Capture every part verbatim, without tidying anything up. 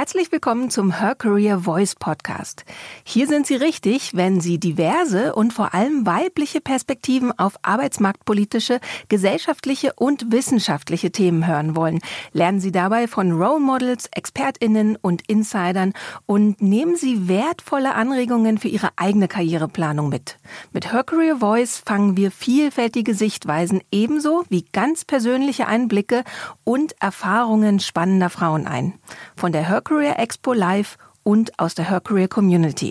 Herzlich willkommen zum Her Career Voice Podcast. Hier sind Sie richtig, wenn Sie diverse und vor allem weibliche Perspektiven auf arbeitsmarktpolitische, gesellschaftliche und wissenschaftliche Themen hören wollen. Lernen Sie dabei von Role Models, ExpertInnen und Insidern und nehmen Sie wertvolle Anregungen für Ihre eigene Karriereplanung mit. Mit Her Career Voice fangen wir vielfältige Sichtweisen ebenso wie ganz persönliche Einblicke und Erfahrungen spannender Frauen ein. Von der Her Career Expo live und aus der Her Career Community.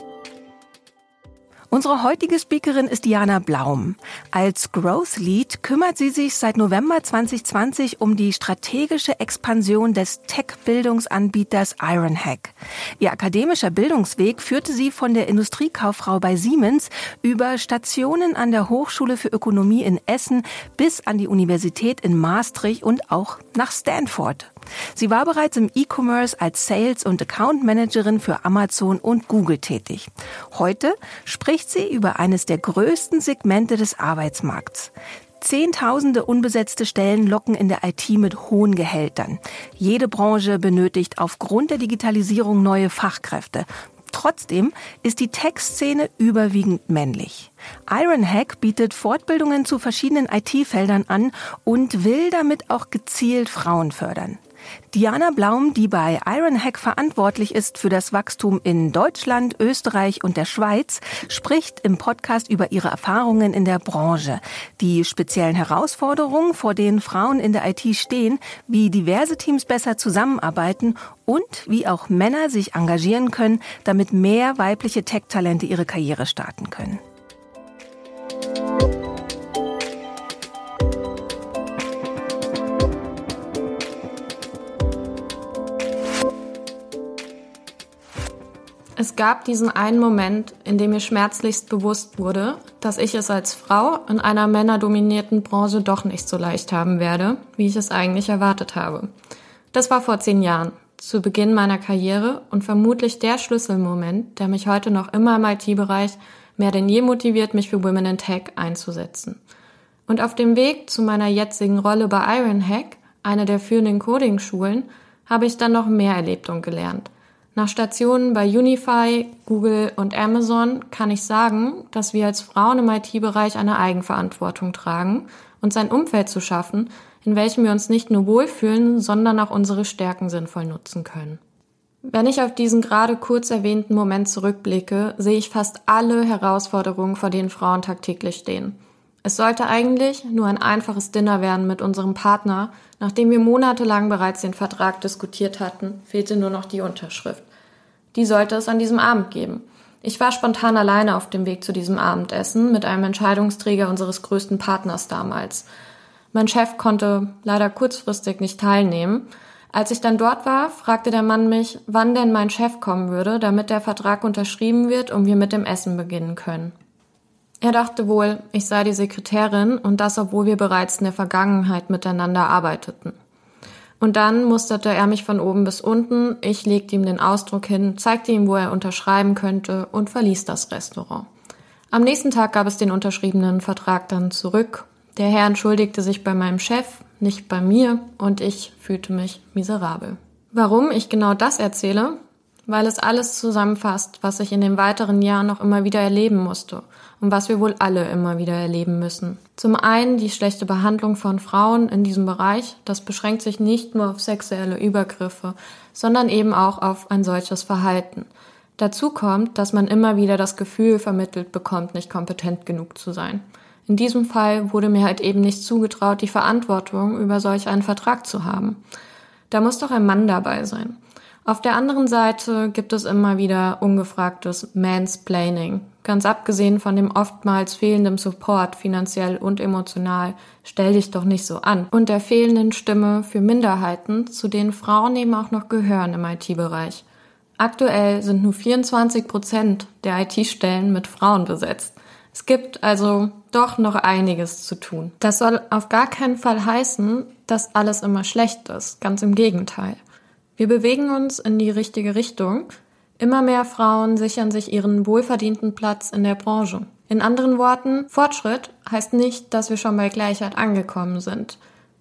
Unsere heutige Speakerin ist Diana Blaum. Als Growth Lead kümmert sie sich seit November zwanzig zwanzig um die strategische Expansion des Tech-Bildungsanbieters Ironhack. Ihr akademischer Bildungsweg führte sie von der Industriekauffrau bei Siemens über Stationen an der Hochschule für Ökonomie in Essen bis an die Universität in Maastricht und auch nach Stanford. Sie war bereits im E-Commerce als Sales- und Account-Managerin für Amazon und Google tätig. Heute spricht sie über eines der größten Segmente des Arbeitsmarkts. Zehntausende unbesetzte Stellen locken in der I T mit hohen Gehältern. Jede Branche benötigt aufgrund der Digitalisierung neue Fachkräfte. Trotzdem ist die Tech-Szene überwiegend männlich. Ironhack bietet Fortbildungen zu verschiedenen I T-Feldern an und will damit auch gezielt Frauen fördern. Diana Blaum, die bei Ironhack verantwortlich ist für das Wachstum in Deutschland, Österreich und der Schweiz, spricht im Podcast über ihre Erfahrungen in der Branche, die speziellen Herausforderungen, vor denen Frauen in der I T stehen, wie diverse Teams besser zusammenarbeiten und wie auch Männer sich engagieren können, damit mehr weibliche Tech-Talente ihre Karriere starten können. Es gab diesen einen Moment, in dem mir schmerzlichst bewusst wurde, dass ich es als Frau in einer männerdominierten Branche doch nicht so leicht haben werde, wie ich es eigentlich erwartet habe. Das war vor zehn Jahren, zu Beginn meiner Karriere und vermutlich der Schlüsselmoment, der mich heute noch immer im I T-Bereich mehr denn je motiviert, mich für Women in Tech einzusetzen. Und auf dem Weg zu meiner jetzigen Rolle bei Ironhack, einer der führenden Coding-Schulen, habe ich dann noch mehr erlebt und gelernt. Nach Stationen bei Unify, Google und Amazon kann ich sagen, dass wir als Frauen im I T-Bereich eine Eigenverantwortung tragen, uns ein Umfeld zu schaffen, in welchem wir uns nicht nur wohlfühlen, sondern auch unsere Stärken sinnvoll nutzen können. Wenn ich auf diesen gerade kurz erwähnten Moment zurückblicke, sehe ich fast alle Herausforderungen, vor denen Frauen tagtäglich stehen. Es sollte eigentlich nur ein einfaches Dinner werden mit unserem Partner. Nachdem wir monatelang bereits den Vertrag diskutiert hatten, fehlte nur noch die Unterschrift. Die sollte es an diesem Abend geben. Ich war spontan alleine auf dem Weg zu diesem Abendessen mit einem Entscheidungsträger unseres größten Partners damals. Mein Chef konnte leider kurzfristig nicht teilnehmen. Als ich dann dort war, fragte der Mann mich, wann denn mein Chef kommen würde, damit der Vertrag unterschrieben wird und wir mit dem Essen beginnen können. Er dachte wohl, ich sei die Sekretärin und das, obwohl wir bereits in der Vergangenheit miteinander arbeiteten. Und dann musterte er mich von oben bis unten, ich legte ihm den Ausdruck hin, zeigte ihm, wo er unterschreiben könnte und verließ das Restaurant. Am nächsten Tag gab es den unterschriebenen Vertrag dann zurück. Der Herr entschuldigte sich bei meinem Chef, nicht bei mir und ich fühlte mich miserabel. Warum ich genau das erzähle? Weil es alles zusammenfasst, was ich in den weiteren Jahren noch immer wieder erleben musste und was wir wohl alle immer wieder erleben müssen. Zum einen die schlechte Behandlung von Frauen in diesem Bereich, das beschränkt sich nicht nur auf sexuelle Übergriffe, sondern eben auch auf ein solches Verhalten. Dazu kommt, dass man immer wieder das Gefühl vermittelt bekommt, nicht kompetent genug zu sein. In diesem Fall wurde mir halt eben nicht zugetraut, die Verantwortung über solch einen Vertrag zu haben. Da muss doch ein Mann dabei sein. Auf der anderen Seite gibt es immer wieder ungefragtes Mansplaining. Ganz abgesehen von dem oftmals fehlenden Support, finanziell und emotional, stell dich doch nicht so an. Und der fehlenden Stimme für Minderheiten, zu denen Frauen eben auch noch gehören im I T-Bereich. Aktuell sind nur vierundzwanzig Prozent der I T-Stellen mit Frauen besetzt. Es gibt also doch noch einiges zu tun. Das soll auf gar keinen Fall heißen, dass alles immer schlecht ist. Ganz im Gegenteil. Wir bewegen uns in die richtige Richtung. Immer mehr Frauen sichern sich ihren wohlverdienten Platz in der Branche. In anderen Worten, Fortschritt heißt nicht, dass wir schon bei Gleichheit angekommen sind.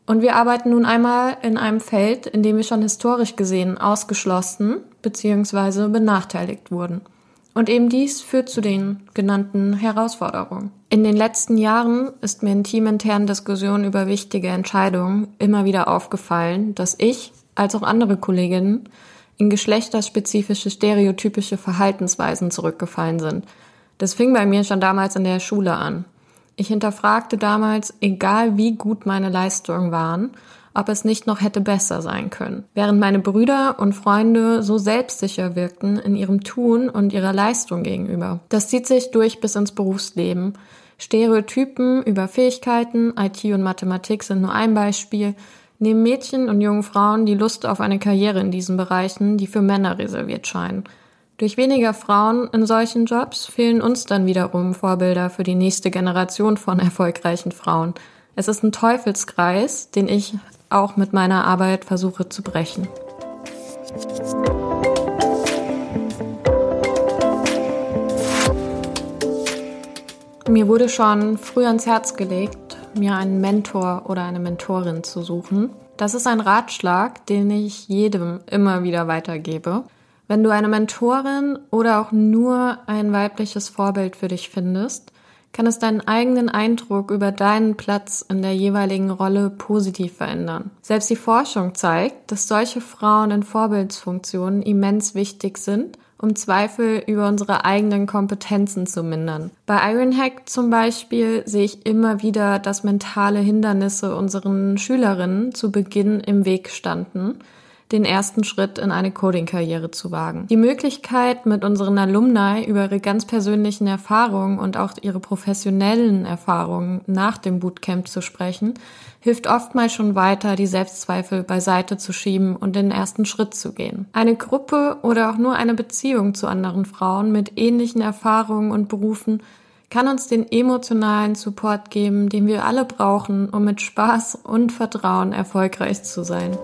Und wir arbeiten nun einmal in einem Feld, in dem wir schon historisch gesehen ausgeschlossen bzw. benachteiligt wurden. Und eben dies führt zu den genannten Herausforderungen. In den letzten Jahren ist mir in teaminternen Diskussionen über wichtige Entscheidungen immer wieder aufgefallen, dass ich, als auch andere Kolleginnen, in geschlechterspezifische stereotypische Verhaltensweisen zurückgefallen sind. Das fing bei mir schon damals in der Schule an. Ich hinterfragte damals, egal wie gut meine Leistungen waren, ob es nicht noch hätte besser sein können. Während meine Brüder und Freunde so selbstsicher wirkten in ihrem Tun und ihrer Leistung gegenüber. Das zieht sich durch bis ins Berufsleben. Stereotypen über Fähigkeiten, I T und Mathematik sind nur ein Beispiel. Neben Mädchen und jungen Frauen die Lust auf eine Karriere in diesen Bereichen, die für Männer reserviert scheinen. Durch weniger Frauen in solchen Jobs fehlen uns dann wiederum Vorbilder für die nächste Generation von erfolgreichen Frauen. Es ist ein Teufelskreis, den ich auch mit meiner Arbeit versuche zu brechen. Mir wurde schon früh ans Herz gelegt, mir einen Mentor oder eine Mentorin zu suchen. Das ist ein Ratschlag, den ich jedem immer wieder weitergebe. Wenn du eine Mentorin oder auch nur ein weibliches Vorbild für dich findest, kann es deinen eigenen Eindruck über deinen Platz in der jeweiligen Rolle positiv verändern. Selbst die Forschung zeigt, dass solche Frauen in Vorbildsfunktionen immens wichtig sind, um Zweifel über unsere eigenen Kompetenzen zu mindern. Bei Ironhack zum Beispiel sehe ich immer wieder, dass mentale Hindernisse unseren Schülerinnen zu Beginn im Weg standen, den ersten Schritt in eine Coding-Karriere zu wagen. Die Möglichkeit, mit unseren Alumni über ihre ganz persönlichen Erfahrungen und auch ihre professionellen Erfahrungen nach dem Bootcamp zu sprechen, hilft oftmals schon weiter, die Selbstzweifel beiseite zu schieben und den ersten Schritt zu gehen. Eine Gruppe oder auch nur eine Beziehung zu anderen Frauen mit ähnlichen Erfahrungen und Berufen kann uns den emotionalen Support geben, den wir alle brauchen, um mit Spaß und Vertrauen erfolgreich zu sein.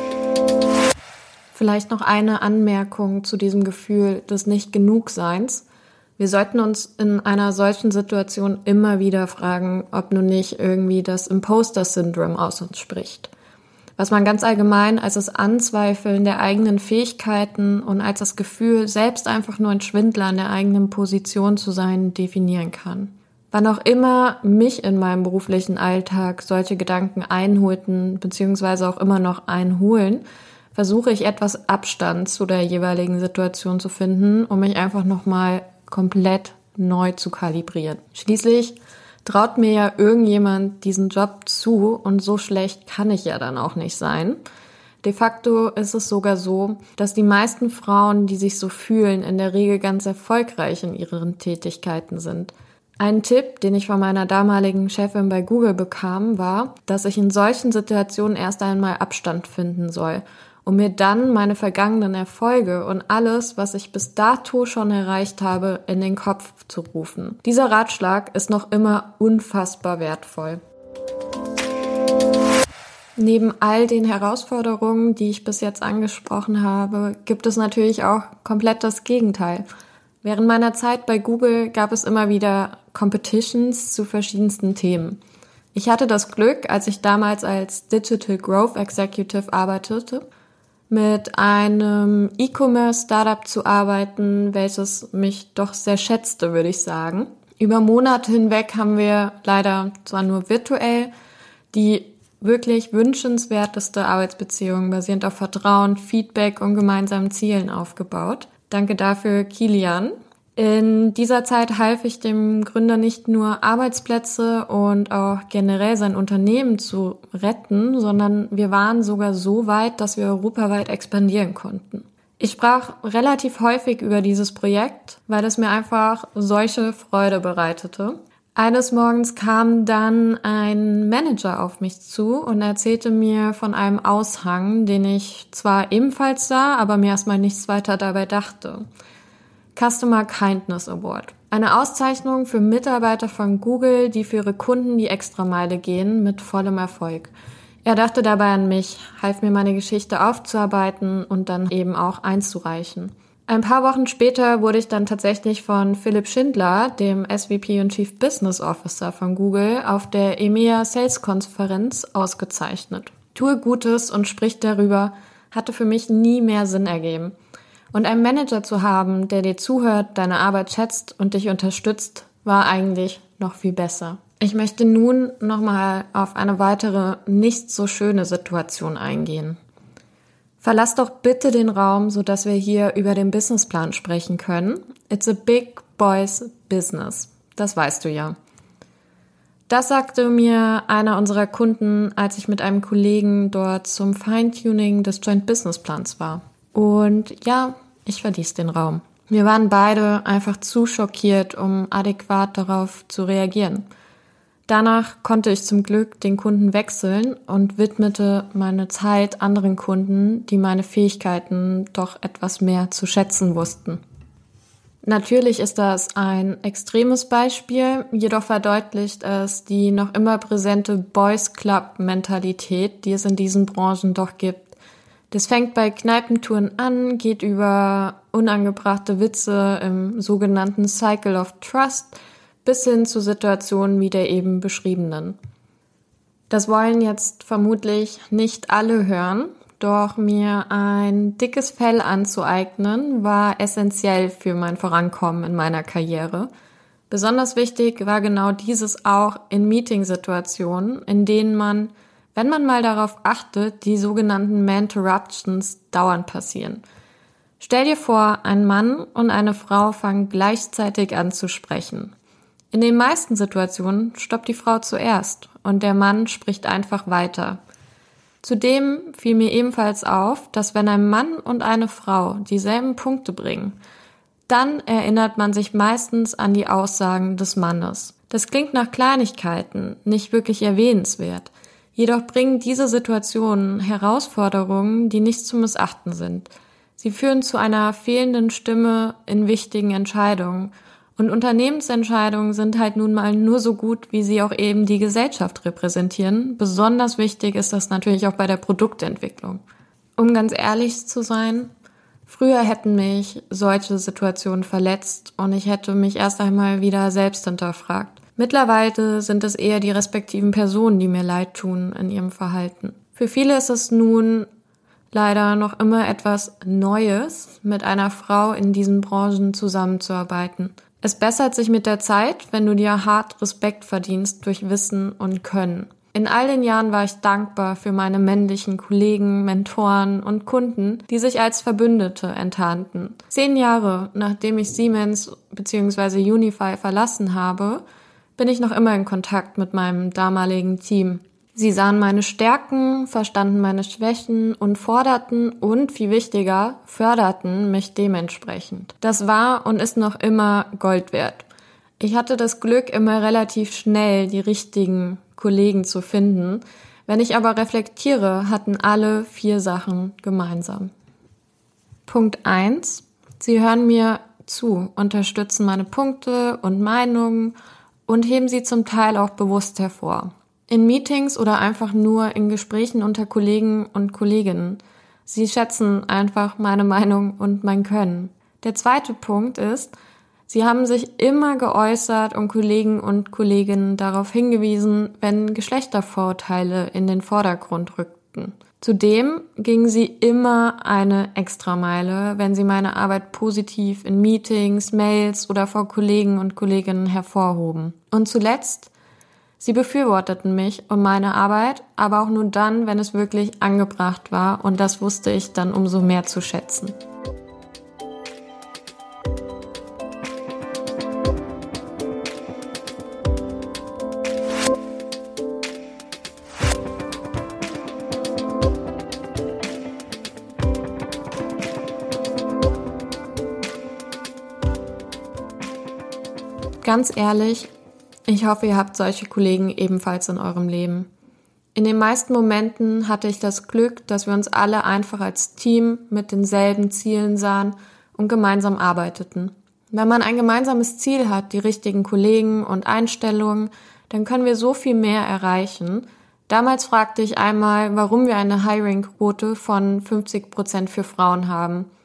Vielleicht noch eine Anmerkung zu diesem Gefühl des Nicht-Genug-Seins. Wir sollten uns in einer solchen Situation immer wieder fragen, ob nun nicht irgendwie das Imposter-Syndrom aus uns spricht. Was man ganz allgemein als das Anzweifeln der eigenen Fähigkeiten und als das Gefühl, selbst einfach nur ein Schwindler in der eigenen Position zu sein, definieren kann. Wann auch immer mich in meinem beruflichen Alltag solche Gedanken einholten, beziehungsweise auch immer noch einholen, versuche ich etwas Abstand zu der jeweiligen Situation zu finden, um mich einfach nochmal komplett neu zu kalibrieren. Schließlich traut mir ja irgendjemand diesen Job zu und so schlecht kann ich ja dann auch nicht sein. De facto ist es sogar so, dass die meisten Frauen, die sich so fühlen, in der Regel ganz erfolgreich in ihren Tätigkeiten sind. Ein Tipp, den ich von meiner damaligen Chefin bei Google bekam, war, dass ich in solchen Situationen erst einmal Abstand finden soll, um mir dann meine vergangenen Erfolge und alles, was ich bis dato schon erreicht habe, in den Kopf zu rufen. Dieser Ratschlag ist noch immer unfassbar wertvoll. Neben all den Herausforderungen, die ich bis jetzt angesprochen habe, gibt es natürlich auch komplett das Gegenteil. Während meiner Zeit bei Google gab es immer wieder Competitions zu verschiedensten Themen. Ich hatte das Glück, als ich damals als Digital Growth Executive arbeitete, mit einem E-Commerce-Startup zu arbeiten, welches mich doch sehr schätzte, würde ich sagen. Über Monate hinweg haben wir leider zwar nur virtuell die wirklich wünschenswerteste Arbeitsbeziehung basierend auf Vertrauen, Feedback und gemeinsamen Zielen aufgebaut. Danke dafür, Kilian. In dieser Zeit half ich dem Gründer nicht nur Arbeitsplätze und auch generell sein Unternehmen zu retten, sondern wir waren sogar so weit, dass wir europaweit expandieren konnten. Ich sprach relativ häufig über dieses Projekt, weil es mir einfach solche Freude bereitete. Eines Morgens kam dann ein Manager auf mich zu und erzählte mir von einem Aushang, den ich zwar ebenfalls sah, aber mir erstmal nichts weiter dabei dachte. Customer Kindness Award. Eine Auszeichnung für Mitarbeiter von Google, die für ihre Kunden die Extrameile gehen, mit vollem Erfolg. Er dachte dabei an mich, half mir meine Geschichte aufzuarbeiten und dann eben auch einzureichen. Ein paar Wochen später wurde ich dann tatsächlich von Philipp Schindler, dem S V P und Chief Business Officer von Google, auf der E M E A Sales Konferenz ausgezeichnet. Tue Gutes und sprich darüber hatte für mich nie mehr Sinn ergeben. Und einen Manager zu haben, der dir zuhört, deine Arbeit schätzt und dich unterstützt, war eigentlich noch viel besser. Ich möchte nun nochmal auf eine weitere nicht so schöne Situation eingehen. Verlass doch bitte den Raum, sodass wir hier über den Businessplan sprechen können. It's a big boys business. Das weißt du ja. Das sagte mir einer unserer Kunden, als ich mit einem Kollegen dort zum Feintuning des Joint Business Plans war. Und ja, ich verließ den Raum. Wir waren beide einfach zu schockiert, um adäquat darauf zu reagieren. Danach konnte ich zum Glück den Kunden wechseln und widmete meine Zeit anderen Kunden, die meine Fähigkeiten doch etwas mehr zu schätzen wussten. Natürlich ist das ein extremes Beispiel, jedoch verdeutlicht es die noch immer präsente Boys Club-Mentalität, die es in diesen Branchen doch gibt. Das fängt bei Kneipentouren an, geht über unangebrachte Witze im sogenannten Cycle of Trust bis hin zu Situationen wie der eben beschriebenen. Das wollen jetzt vermutlich nicht alle hören, doch mir ein dickes Fell anzueignen war essentiell für mein Vorankommen in meiner Karriere. Besonders wichtig war genau dieses auch in Meetingsituationen, in denen man, wenn man mal darauf achtet, die sogenannten Man-Interruptions dauernd passieren. Stell dir vor, ein Mann und eine Frau fangen gleichzeitig an zu sprechen. In den meisten Situationen stoppt die Frau zuerst und der Mann spricht einfach weiter. Zudem fiel mir ebenfalls auf, dass wenn ein Mann und eine Frau dieselben Punkte bringen, dann erinnert man sich meistens an die Aussagen des Mannes. Das klingt nach Kleinigkeiten, nicht wirklich erwähnenswert. Jedoch bringen diese Situationen Herausforderungen, die nicht zu missachten sind. Sie führen zu einer fehlenden Stimme in wichtigen Entscheidungen. Und Unternehmensentscheidungen sind halt nun mal nur so gut, wie sie auch eben die Gesellschaft repräsentieren. Besonders wichtig ist das natürlich auch bei der Produktentwicklung. Um ganz ehrlich zu sein, früher hätten mich solche Situationen verletzt und ich hätte mich erst einmal wieder selbst hinterfragt. Mittlerweile sind es eher die respektiven Personen, die mir leid tun in ihrem Verhalten. Für viele ist es nun leider noch immer etwas Neues, mit einer Frau in diesen Branchen zusammenzuarbeiten. Es bessert sich mit der Zeit, wenn du dir hart Respekt verdienst durch Wissen und Können. In all den Jahren war ich dankbar für meine männlichen Kollegen, Mentoren und Kunden, die sich als Verbündete enttarnten. Zehn Jahre nachdem ich Siemens bzw. Unify verlassen habe, bin ich noch immer in Kontakt mit meinem damaligen Team. Sie sahen meine Stärken, verstanden meine Schwächen und forderten und, viel wichtiger, förderten mich dementsprechend. Das war und ist noch immer Gold wert. Ich hatte das Glück, immer relativ schnell die richtigen Kollegen zu finden. Wenn ich aber reflektiere, hatten alle vier Sachen gemeinsam. Punkt eins. Sie hören mir zu, unterstützen meine Punkte und Meinungen und heben sie zum Teil auch bewusst hervor. In Meetings oder einfach nur in Gesprächen unter Kollegen und Kolleginnen. Sie schätzen einfach meine Meinung und mein Können. Der zweite Punkt ist, sie haben sich immer geäußert und Kollegen und Kolleginnen darauf hingewiesen, wenn Geschlechtervorurteile in den Vordergrund rückten. Zudem gingen sie immer eine Extrameile, wenn sie meine Arbeit positiv in Meetings, Mails oder vor Kollegen und Kolleginnen hervorhoben. Und zuletzt, sie befürworteten mich und meine Arbeit, aber auch nur dann, wenn es wirklich angebracht war, und das wusste ich dann umso mehr zu schätzen. Ganz ehrlich, ich hoffe, ihr habt solche Kollegen ebenfalls in eurem Leben. In den meisten Momenten hatte ich das Glück, dass wir uns alle einfach als Team mit denselben Zielen sahen und gemeinsam arbeiteten. Wenn man ein gemeinsames Ziel hat, die richtigen Kollegen und Einstellungen, dann können wir so viel mehr erreichen. Damals fragte ich einmal, warum wir eine Hiring-Quote von fünfzig Prozent für Frauen haben.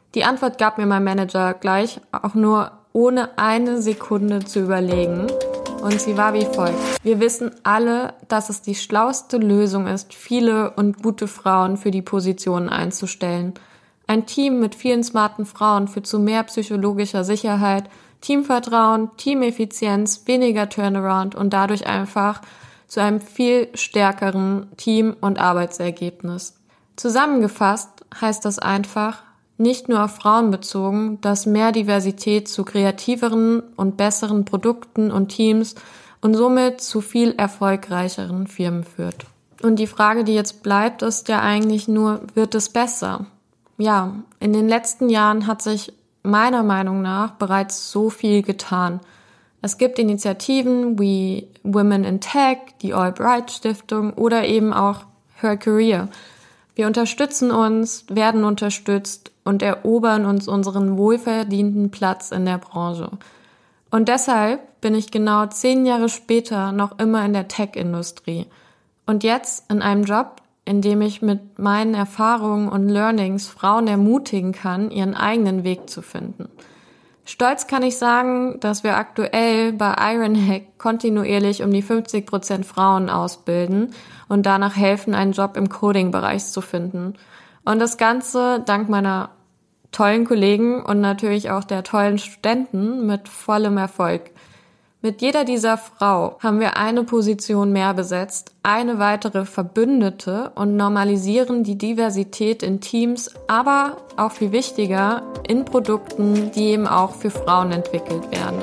Die Antwort gab mir mein Manager gleich, auch nur ohne eine Sekunde zu überlegen. Und sie war wie folgt. Wir wissen alle, dass es die schlauste Lösung ist, viele und gute Frauen für die Positionen einzustellen. Ein Team mit vielen smarten Frauen führt zu mehr psychologischer Sicherheit, Teamvertrauen, Teameffizienz, weniger Turnaround und dadurch einfach zu einem viel stärkeren Team- und Arbeitsergebnis. Zusammengefasst heißt das einfach, nicht nur auf Frauen bezogen, dass mehr Diversität zu kreativeren und besseren Produkten und Teams und somit zu viel erfolgreicheren Firmen führt. Und die Frage, die jetzt bleibt, ist ja eigentlich nur, wird es besser? Ja, in den letzten Jahren hat sich meiner Meinung nach bereits so viel getan. Es gibt Initiativen wie Women in Tech, die Albright Stiftung oder eben auch Her Career. Wir unterstützen uns, werden unterstützt und erobern uns unseren wohlverdienten Platz in der Branche. Und deshalb bin ich genau zehn Jahre später noch immer in der Tech-Industrie. Und jetzt in einem Job, in dem ich mit meinen Erfahrungen und Learnings Frauen ermutigen kann, ihren eigenen Weg zu finden. Stolz kann ich sagen, dass wir aktuell bei Ironhack kontinuierlich um die fünfzig Prozent Frauen ausbilden und danach helfen, einen Job im Coding-Bereich zu finden. Und das Ganze dank meiner tollen Kollegen und natürlich auch der tollen Studenten mit vollem Erfolg. Mit jeder dieser Frau haben wir eine Position mehr besetzt, eine weitere Verbündete und normalisieren die Diversität in Teams, aber auch viel wichtiger, in Produkten, die eben auch für Frauen entwickelt werden.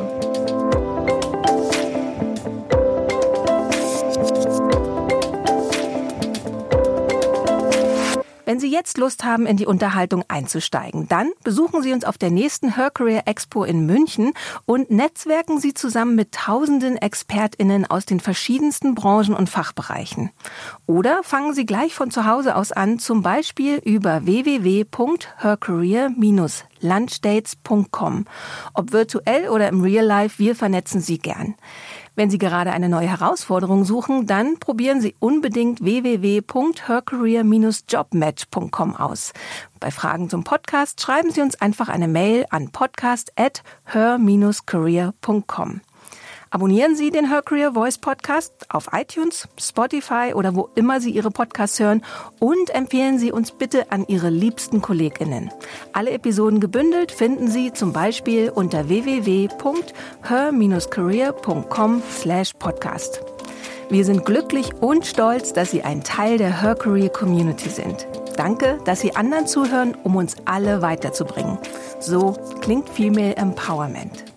Wenn Sie jetzt Lust haben, in die Unterhaltung einzusteigen, dann besuchen Sie uns auf der nächsten Her Career Expo in München und netzwerken Sie zusammen mit tausenden ExpertInnen aus den verschiedensten Branchen und Fachbereichen. Oder fangen Sie gleich von zu Hause aus an, zum Beispiel über w w w punkt her career Bindestrich lunchdates punkt com. Ob virtuell oder im Real Life, wir vernetzen Sie gern. Wenn Sie gerade eine neue Herausforderung suchen, dann probieren Sie unbedingt w w w punkt her career Bindestrich jobmatch punkt com aus. Bei Fragen zum Podcast schreiben Sie uns einfach eine Mail an podcast at her Bindestrich career punkt com. Abonnieren Sie den Her Career Voice Podcast auf iTunes, Spotify oder wo immer Sie Ihre Podcasts hören und empfehlen Sie uns bitte an Ihre liebsten KollegInnen. Alle Episoden gebündelt finden Sie zum Beispiel unter w w w punkt her Bindestrich career punkt com slash podcast. Wir sind glücklich und stolz, dass Sie ein Teil der Her Career Community sind. Danke, dass Sie anderen zuhören, um uns alle weiterzubringen. So klingt Female Empowerment.